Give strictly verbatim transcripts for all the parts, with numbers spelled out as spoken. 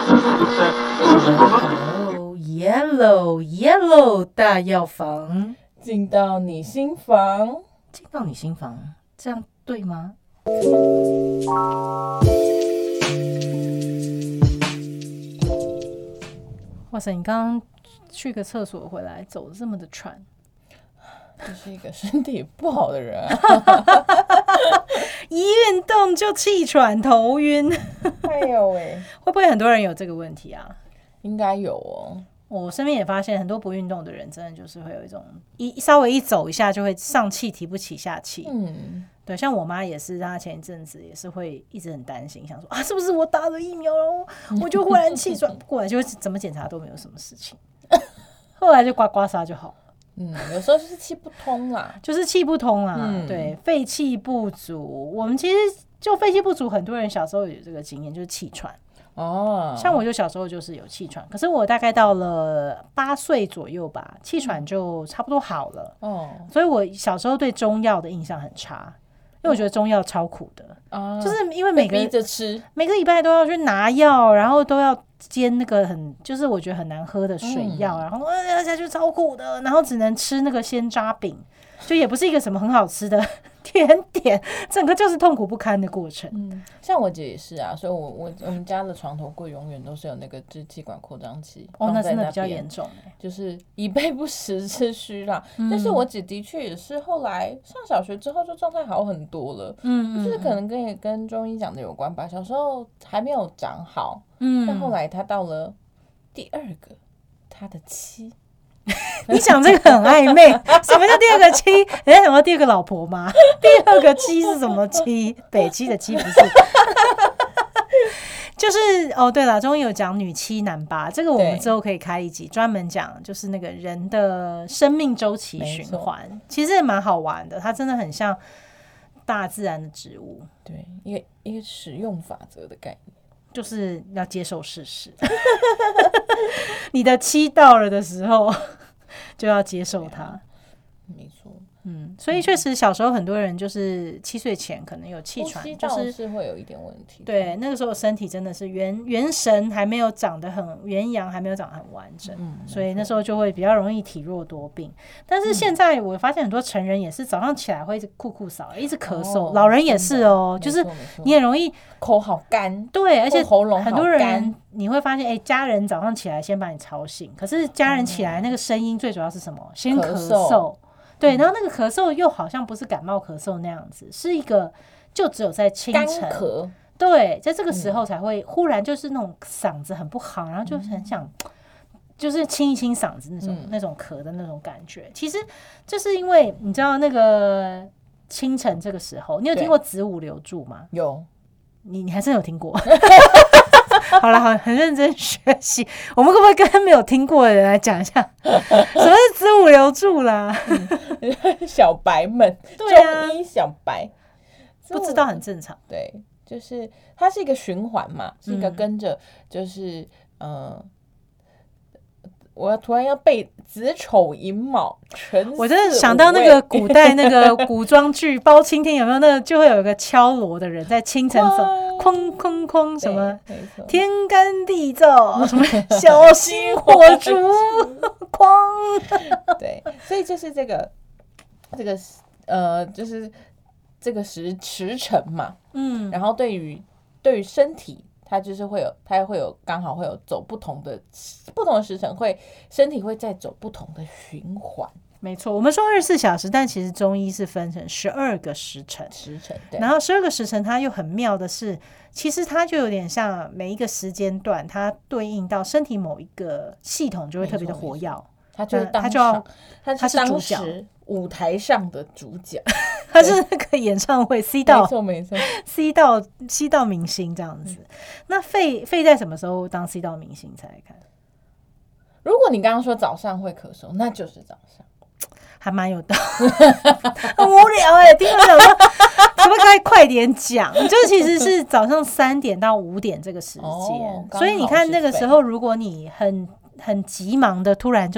哦 ，Yellow Yellow 大药房， 进到你心房， 进到你心房，这样对吗？哇塞，你刚刚去个厕所回来，走得这么的喘。 这是一个身体不好的人啊！ 一运动就气喘头晕， 哎呦喂， 会不会很多人有这个问题啊？ 应该有哦。 我身边也发现很多不运动的人，真的就是会有一种一稍微一走一下就会上气提不起下气。嗯，对，像我妈也是，她前一阵子也是会一直很担心，想说啊，是不是我打了疫苗，然后我就忽然气喘不过来，就怎么检查都没有什么事情，后来就刮刮痧就好了。 嗯，有时候就是气不通啦， 就是气不通啦，嗯、对，肺气不足。我们其实就肺气不足，很多人小时候有这个经验，就是气喘。哦，像我就小时候就是有气喘，可是我大概到了八岁左右吧，气喘就差不多好了。哦，所以我小时候对中药的印象很差，因为我觉得中药超苦的，哦、就是因为每个逼着吃， 每个礼拜都要去拿药，然后都要煎那个很就是我觉得很难喝的水药，嗯、然后而且就超苦的，然后只能吃那个鲜渣饼，就也不是一个什么很好吃的甜点，整个就是痛苦不堪的过程。 嗯，像我姐也是啊，所以我我我们家的床头柜永远都是有那个支气管扩张器。 哦，那真的比较严重哎， 就是以备不时之需啦。嗯、但是我姐的确也是后来上小学之后就状态好很多了。嗯，就是可能跟也跟中医讲的有关吧。小时候还没有长好，嗯，但后来她到了第二个，她的妻。 你讲这个很暧昧，什么叫第二个妻？人家想到第二个老婆吗？第二个妻是什么妻？北妻的妻不是？就是哦，对了，中医有讲女七男八，这个我们之后可以开一集专门讲，就是那个人的生命周期循环，其实也蛮好玩的，它真的很像大自然的植物， 对，一个一个使用法则的概念。 就是要接受事实，你的七到了的时候就要接受它， 没错。 嗯，所以确实小时候很多人就是七岁前可能有气喘， 就是是会有一点问题。 对，那个时候身体真的是元元神还没有长得很元阳，还没有长得很完整，嗯、所以那时候就会比较容易体弱多病。但是现在我发现很多成人也是早上起来会一直酷酷扫，一直咳嗽，哦、老人也是哦，就是你很容易口好干， 对，而且喉咙很多人你会发现，哎，家人早上起来先把你吵醒，可是家人起来那个声音最主要是什么？先咳嗽。对，然后那个咳嗽又好像不是感冒咳嗽那样子，是一个就只有在清晨干咳， 对，在这个时候才会忽然就是那种嗓子很不好，然后就很想就是清一清嗓子那种、嗯、那种咳的那种感觉。其实就是因为你知道那个清晨这个时候，你有听过子午流注吗？ 有， 你你还真有听过。好了，好，很认真学习。我们可不可以跟没有听过的人来讲一下，什么是子午流注啦？ 嗯、小白们， 对啊， 中医小白不知道很正常。 对，就是它是一个循环嘛，是一个跟着，就是嗯。呃我要突然要背子丑寅卯辰巳午未， 我真的想到那个古代那个古装剧《包青天》，有没有那个就会有一个敲锣的人在清晨走，哐哐哐什么天干地燥，什么小心火烛哐， 对，所以就是这个这个呃，就是这个时时辰嘛，嗯，然后对于对于身体。它就是会有，它会有刚好会有走不同的不同的时辰，会身体会再走不同的循环。 没错，我们说二十四小时，但其实中医是分成十二个时辰， 时辰对。 然后十二个时辰，它又很妙的是，其实它就有点像每一个时间段，它对应到身体某一个系统就会特别的活跃。 它就是当它就要， 它是当时舞台上的主角， 它是那个演唱会 C 到， 没错没错 ，C 到 C 到明星这样子。嗯、那肺肺在什么时候当 C 到明星才来看？ 如果你刚刚说早上会咳嗽，那就是早上， 还蛮有道理，很无聊哎、欸，听我讲说，可不可以快点讲？就其实是早上三点到五点这个时间，哦、所以你看那个时候，如果你很很急忙的突然就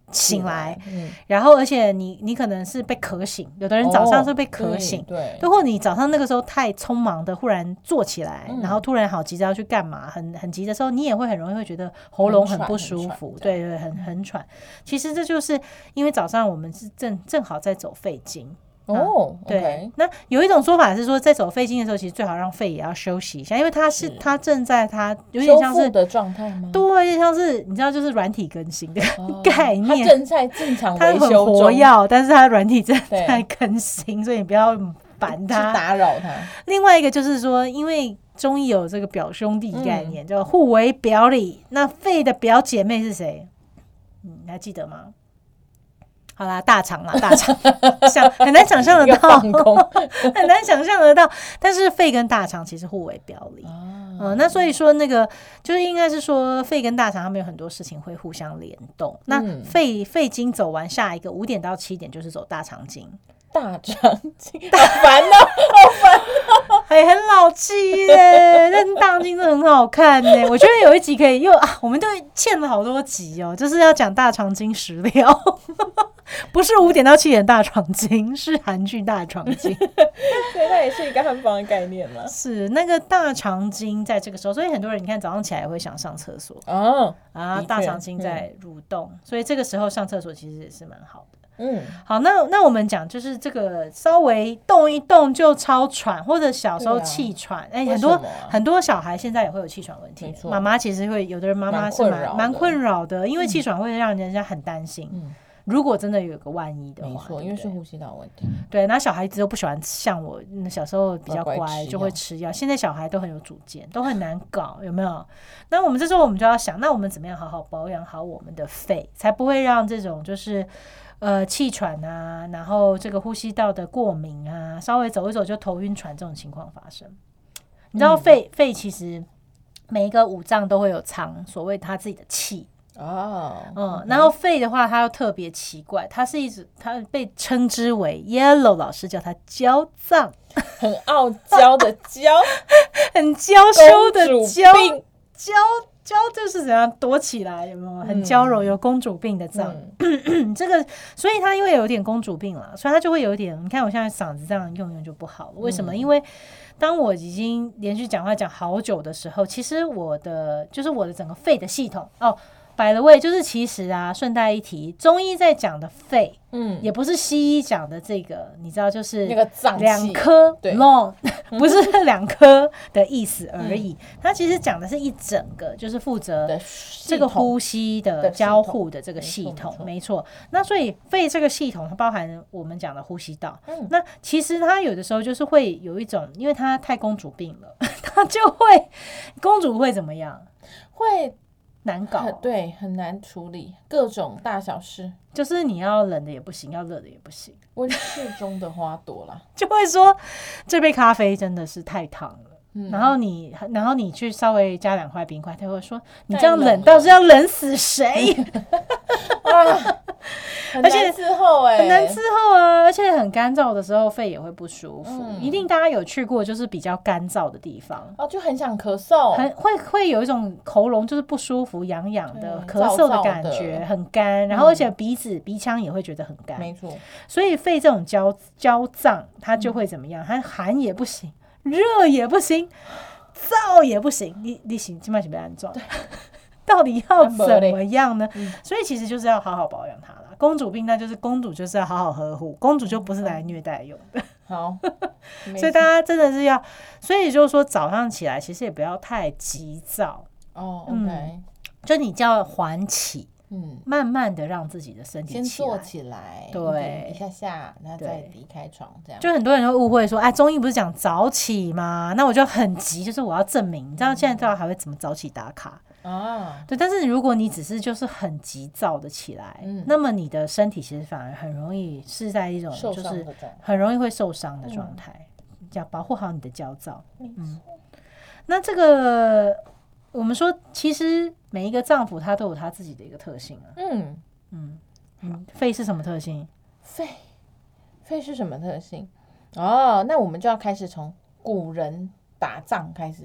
醒来，嗯、然后而且你你可能是被渴醒，有的人早上是被渴醒， 哦、对， 对，或者你早上那个时候太匆忙的忽然坐起来，嗯、然后突然好急着要去干嘛，很很急的时候，你也会很容易会觉得喉咙很不舒服，对对，很很喘。其实这就是因为早上我们是正正好在走肺经。 哦、oh, 对， okay. 那有一种说法是说，在走肺经的时候，其实最好让肺也要休息一下，因为它是它正在它有点像是的状态吗？ 对，有点像是你知道，就是软体更新的概念， 它、oh, 正在正常维修中， 它很活跃，但是它软体正在更新，所以你不要烦它， 打扰它。 另外一个就是说，因为中医有这个表兄弟概念，嗯、叫互为表里，那肺的表姐妹是谁？嗯，你还记得吗？好啦，大肠啦，大肠想很难想象得到，很难想象得到。但是肺跟大肠其实互为表里，嗯、呃，那所以说那个就是应该是说肺跟大肠他们有很多事情会互相联动。那肺肺经走完，下一个五点到七点就是走大肠经。 大肠经，好烦哦，好烦哦， 还很老气耶。但大肠经真的很好看耶，我觉得有一集可以又啊，我们都欠了好多集哦，就是要讲大肠经食疗。不是五点到七点大肠经，是韩剧大肠经， 所以它也是一个汉方的概念嘛。 是那个大肠经在这个时候，所以很多人你看早上起来也会想上厕所哦， 啊，大肠经在蠕动，嗯、所以这个时候上厕所其实也是蛮好的。 嗯， 好，那那我们讲就是这个稍微动一动就超喘，或者小时候气喘，哎、啊欸，很多、啊、很多小孩现在也会有气喘问题。妈妈其实会有的人妈妈是蛮蛮困扰的，因为气喘会让人家很担心。嗯，如果真的有个万一的话， 没错，因为是呼吸道问题。 对，那小孩子又不喜欢像我小时候比较乖，乖就会吃药。现在小孩都很有主见，都很难搞，有没有？那我们这时候我们就要想，那我们怎么样好好保养好我们的肺，才不会让这种就是呃气喘啊，然后这个呼吸道的过敏啊，稍微走一走就头晕喘这种情况发生。你知道肺、嗯、肺其实每一个五脏都会有藏所谓他自己的气。 哦、oh, 嗯，然后肺的话，它又特别奇怪，它是一直它被称之为 Yellow 老师叫它娇脏， 很傲娇的娇， 很娇羞的娇，娇娇就是怎样躲起来，有没有？很娇柔，有公主病的脏。嗯、这个，所以它因为有点公主病了，所以它就会有点，你看我现在嗓子这样用用就不好了。为什么？嗯、因为当我已经连续讲话讲好久的时候，其实我的就是我的整个肺的系统哦。by the way， 就是其实啊，顺带一提，中医在讲的肺，嗯，也不是西医讲的这个，你知道，就是那个脏器两颗 lung， 不是两颗的意思而已。嗯、它其实讲的是一整个，就是负责这个呼吸的交互的这个系统，没错。那所以肺这个系统，它包含我们讲的呼吸道。嗯、那其实它有的时候就是会有一种，因为它太公主病了，它就会公主会怎么样？ 会。 难搞， 对，很难处理各种大小事， 就是你要冷的也不行，要热的也不行， 温室中的花朵啦， 就会说这杯咖啡真的是太烫了，嗯、然后你，然后你去稍微加两块冰块，他会说你这样冷到是要冷死谁？ 啊很难伺候哎、欸， 很难伺候啊！而且很干燥的时候，肺也会不舒服。嗯、一定大家有去过，就是比较干燥的地方哦，就很想咳嗽， 很会会有一种喉咙就是不舒服、痒痒的、咳嗽的感觉，很干。然后而且鼻子、嗯、鼻腔也会觉得很干， 没错。所以肺这种焦焦脏，它就会怎么样？它寒也不行，热也不行，燥也不行。你你行，起码是被安装。到底要怎么样呢？嗯、所以其实就是要好好保养它啦。公主病那就是公主就是要好好呵护，公主就不是来虐待用的。 好， 所以大家真的是要，所以就是说早上起来其实也不要太急躁哦。OK，、 嗯、就你叫缓起。嗯，慢慢的让自己的身体先坐起来， 对， 一下下，然后再离开床，这样。 就很多人会误会说，哎，中医不是讲早起吗？那我就很急，就是我要证明，你知道现在知道还会怎么早起打卡啊？对，但是如果你只是就是很急躁的起来，嗯、那么你的身体其实反而很容易是在一种就是很容易会受伤的状态，要、嗯、保护好你的焦躁。嗯，那这个。我们说，其实每一个脏腑它都有它自己的一个特性啊。嗯嗯嗯，肺是什么特性？ 肺，肺是什么特性？哦，那我们就要开始从古人打仗开始讲。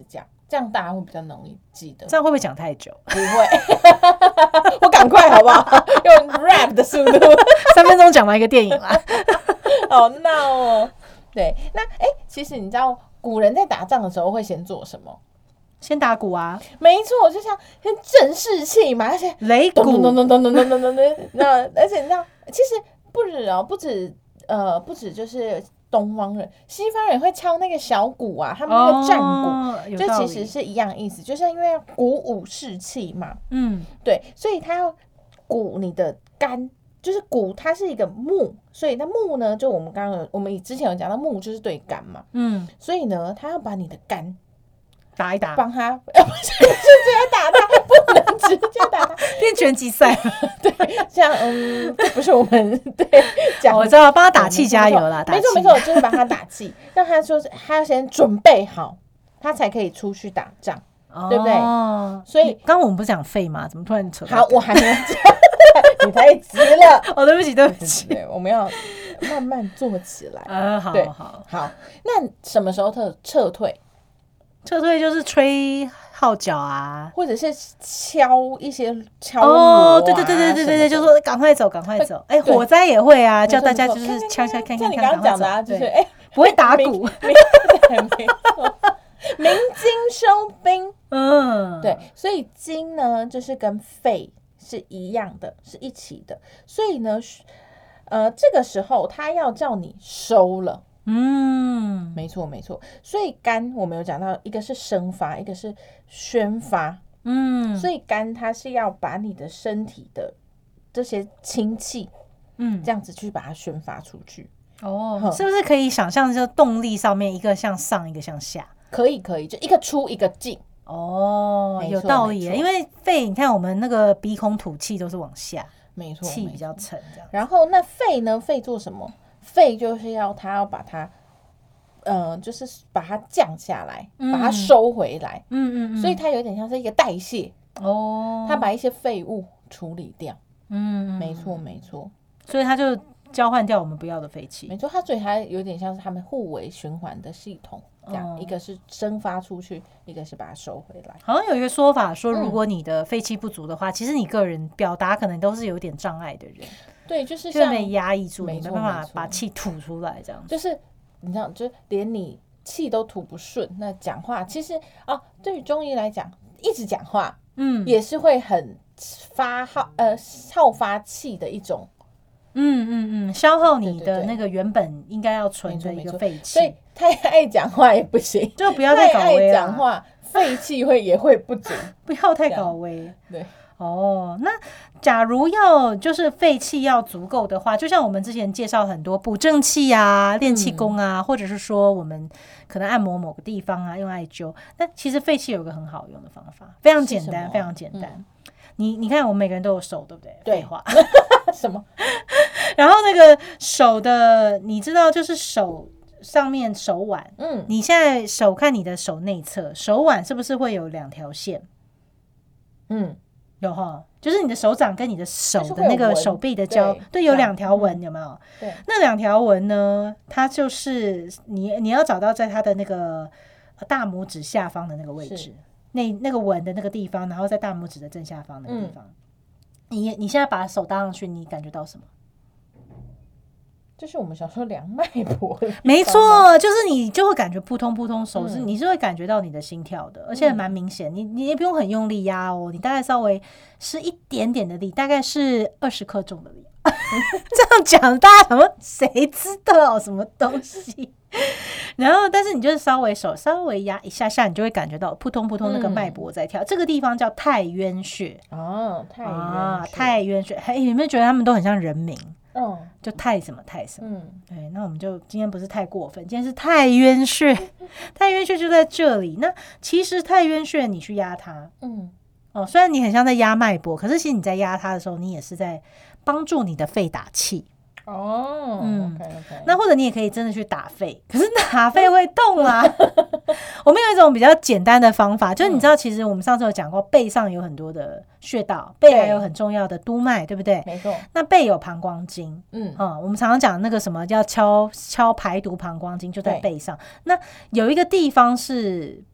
这样大家会比较容易记得。 这样会不会讲太久？ 不会，我赶快好不好？用 rap 的速度， 三分钟讲完一个电影啦， 好闹哦。对，那哎、欸，其实你知道古人在打仗的时候会先做什么？ 先打鼓啊， 没错，就像先正士气嘛，而且擂鼓， 咚咚咚咚咚咚咚咚咚。那而且你知道，其实不止哦，不止呃，不止就是东方人，西方人会敲那个小鼓啊，他们那个战鼓，就、哦、其实是一样意思，就是因为要鼓舞士气嘛。嗯，对，所以他要鼓你的肝。就是鼓，它是一个木，所以那木呢，就我们刚刚我们之前有讲到木就是对肝嘛，嗯，所以呢，他要把你的肝打一打， 帮他，不是直接打他，不能直接打他， 变拳击赛， 对，像嗯，这不是我们对讲、 哦，我知道，帮他打气加油啦， 没错没错，就是帮他打气，让他说他要先准备好，他才可以出去打仗，哦、对不对？所以刚刚我们不是讲肺吗？怎么突然扯？ 好，我还没有讲。你太急了， 哦，对不起，对不起， 对，我们要慢慢做起来。 啊，好好好。那什么时候撤撤退？ 撤退就是吹号角啊， 或者是敲一些敲锣、 啊。哦，对对对对对对对，就说赶快走，赶快走。哎，火灾也会啊，叫大家就是敲敲看看看， 你刚刚讲的啊，就是哎， 不会打鼓， 鸣金收兵。嗯，对，所以金呢，就是跟肺是一样的，是一起的，所以呢，呃，这个时候他要叫你收了，嗯，没错没错。所以肝我们有讲到，一个是生发，一个是宣发，嗯，所以肝它是要把你的身体的这些氢气，嗯，这样子去把它宣发出去。 哦，是不是可以想象，就动力上面一个向上，一个向下？ 可以可以，就一个出一个进。 哦，有道理耶，因为肺，你看我们那个鼻孔吐气都是往下， 没错， 气比较沉这样。 然后那肺呢？肺做什么？肺就是要它要把它，呃，就是把它降下来，嗯、把它收回来。嗯嗯嗯。所以它有点像是一个代谢哦，它把一些废物处理掉。嗯，没错没错。 所以它就交换掉我们不要的废气。 没错，它所以它有点像是他们互为循环的系统。这样，一个是生发出去，一个是把它收回来。 好像有一个说法说，如果你的肺气不足的话，嗯、其实你个人表达可能都是有点障碍的人。 对，就是像被压抑住，你没办法把气吐出来，这样子。 就是你知道，就连你气都吐不顺，那讲话其实哦，对于中医来讲，一直讲话，嗯，也是会很发耗呃耗发气的一种。 嗯嗯嗯，消耗你的那个原本应该要存的一个废气， 所以太爱讲话也不行， 就不要太搞威啊。讲话废气会也会不足， 不要太搞威。 对， 哦，那假如要就是肺气要足够的话，就像我们之前介绍很多补正气啊、练气功啊，嗯、或者是说我们可能按摩某个地方啊，用艾灸。但其实肺气有个很好用的方法，非常简单，非常简单。嗯你你看，我们每个人都有手，对不对？ 对， 话什么？ 然后那个手的，你知道，就是手上面手腕，嗯，你现在手看你的手内侧，手腕是不是会有两条线？嗯，有哈，就是你的手掌跟你的手的那个手臂的交，对，对，有两条纹，嗯、有没有？ 对， 那两条纹呢，它就是你你要找到在它的那个大拇指下方的那个位置。那那个纹的那个地方，然后在大拇指的正下方那个地方，嗯、你你现在把手搭上去，你感觉到什么？ 就是我们小时候量脉搏， 没错，就是你就会感觉扑通扑通，手是、嗯、你是会感觉到你的心跳的，而且蛮明显。嗯、你你也不用很用力压哦，你大概稍微是一点点的力，大概是二十克重的力。这样讲，大家想说谁知道什么东西？然后，但是你就是稍微手稍微压一下下，你就会感觉到扑通扑通那个脉搏在跳。嗯、这个地方叫太渊穴哦，太渊啊，太渊穴。哎，有没有觉得他们都很像人名？嗯，就太什么太什么。嗯，对，那我们就今天不是太过分，今天是太渊穴。太渊穴就在这里。那其实太渊穴你去压它，嗯，哦，虽然你很像在压脉搏，可是其实你在压它的时候，你也是在帮助你的肺打气。 哦，嗯 okay, okay. 那或者你也可以真的去打肺，可是打肺会痛啊。我们有一种比较简单的方法，就是你知道，其实我们上次有讲过，背上有很多的穴道，背还有很重要的督脉，对不对？ 没错。 那背有膀胱经，嗯嗯，我们常常讲那个什么叫敲敲排毒膀胱经，就在背上。那有一个地方是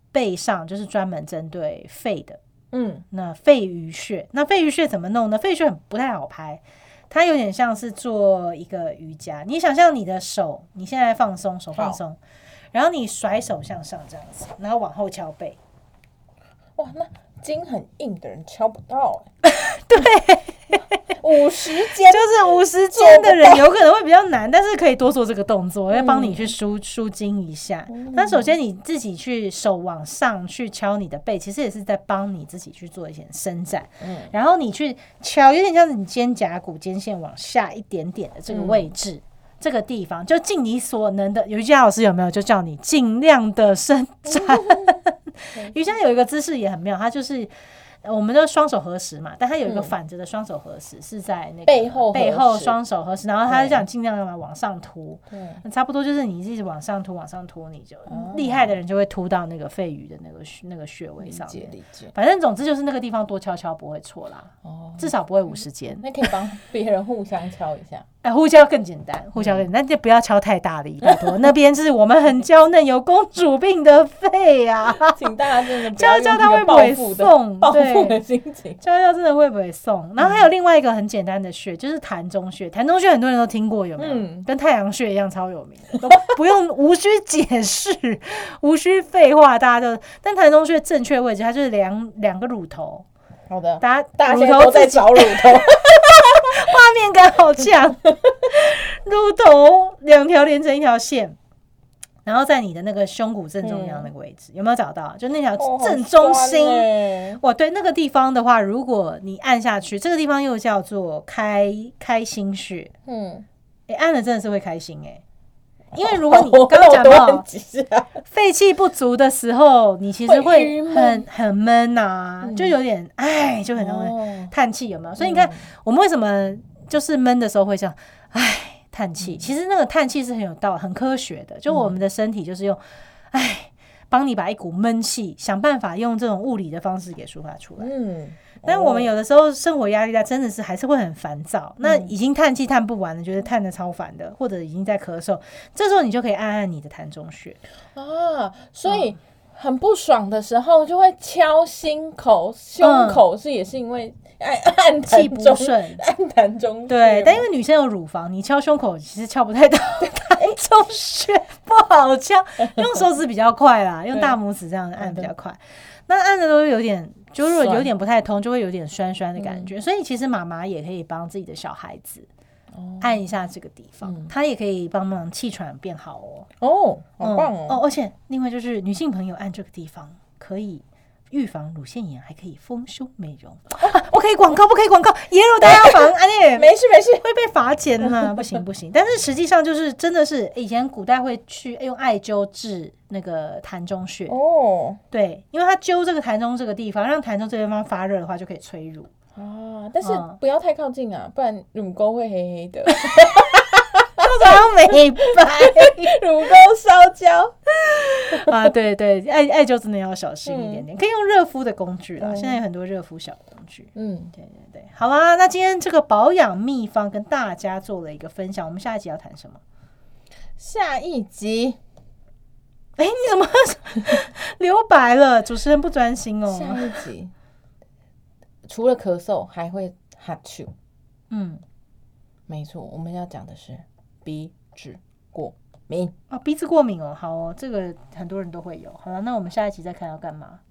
背上就是专门针对肺的，嗯，那肺俞穴，那肺俞穴怎么弄呢？肺俞穴很不太好拍，它有点像是做一个瑜伽。你想象你的手，你现在放松，手放松，然后你甩手向上这样子，然后往后敲背。 哇，那筋很硬的人敲不到哎、欸。对， 五十肩就是五十肩的人有可能会比较难，但是可以多做这个动作，会帮你去舒舒筋一下。那、嗯、首先你自己去手往上去敲你的背，其实也是在帮你自己去做一些伸展。嗯，然后你去敲，有点像是你肩胛骨肩线往下一点点的这个位置。嗯，这个地方就尽你所能的，瑜伽老师有没有就叫你尽量的伸展？瑜伽有一个姿势也很妙，它就是我们的双手合十嘛，但它有一个反着的双手合十，是在那个背后背后双手合十，然后它就这样尽量的往上凸，差不多就是你一直往上凸往上凸，你就厉害的人就会凸到那个肺俞的那个那个穴位上面。反正总之就是那个地方多敲敲不会错啦，哦，至少不会五十肩。 那可以帮别人互相敲一下。 哎，互敲更简单，互敲更简单，但就不要敲太大力，拜托。那边是我们很娇嫩有公主病的肺啊， 请大家真的不要用这个报复的报复的心情， 敲敲真的会不会送？然后还有另外一个很简单的穴，就是膻中穴。膻中穴很多人都听过，有没有？嗯、跟太阳穴一样超有名的，都不用无需解释，无需废话，大家都。但膻中穴正确位置，它就是两两个乳头。 好的， 大家大家都在找乳头。 画面感好强，乳头两条连成一条线，然后在你的那个胸骨正中央那个位置，嗯、有没有找到？就那条正中心。哦、哇，对，那个地方的话，如果你按下去，这个地方又叫做开开心穴。嗯，哎、欸，按了真的是会开心哎、欸。因为如果你刚刚讲到肺气不足的时候，你其实会很很闷呐、啊嗯，就有点哎，就很容易叹气，有没有？所以你看，我们为什么就是闷的时候会这样哎叹气？其实那个叹气是很有道理、很科学的。就我们的身体就是用哎帮你把一股闷气，想办法用这种物理的方式给抒发出来。嗯。但我们有的时候生活压力大，真的是还是会很烦躁。那已经叹气叹不完了，觉得叹得超烦的，或者已经在咳嗽，这时候你就可以按按你的膻中穴啊。所以很不爽的时候，就会敲心口、胸口，是也是因为按按气不顺， 按膻中穴。 对，但因为女生有乳房，你敲胸口其实敲不太到膻中穴，不好敲，用手指比较快啦，用大拇指这样按比较快。那按的都有点，就如果有点不太通，就会有点酸酸的感觉。嗯、所以其实妈妈也可以帮自己的小孩子按一下这个地方，它、嗯、也可以帮忙气喘变好哦。 哦，好棒哦！ 嗯、哦，而且另外就是女性朋友按这个地方可以预防乳腺炎，还可以丰胸美容。啊、不可以广告，不可以广告，耶鲁大家防啊！你没事没事， 会被罚钱啊！不行不行。但是实际上就是真的是以前古代会去用艾灸治那个膻中穴哦，对，因为它灸这个膻中这个地方，让膻中这个地方发热的话，就可以催乳啊。但是不要太靠近啊，不然乳沟会黑黑的。 都要美白， 乳沟烧焦啊！对对，艾艾灸真的要小心一点点，嗯、可以用热敷的工具啦。嗯、现在有很多热敷小工具。嗯，对对对，好啦，那今天这个保养秘方跟大家做了一个分享，我们下一集要谈什么？ 下一集。 哎、欸，你怎么留白了？主持人不专心哦。 下一集除了咳嗽，还会哈啾。嗯，没错，我们要讲的是鼻子过敏。 哦，鼻子过敏哦，好哦，这个很多人都会有。好了，那我们下一集再看要干嘛？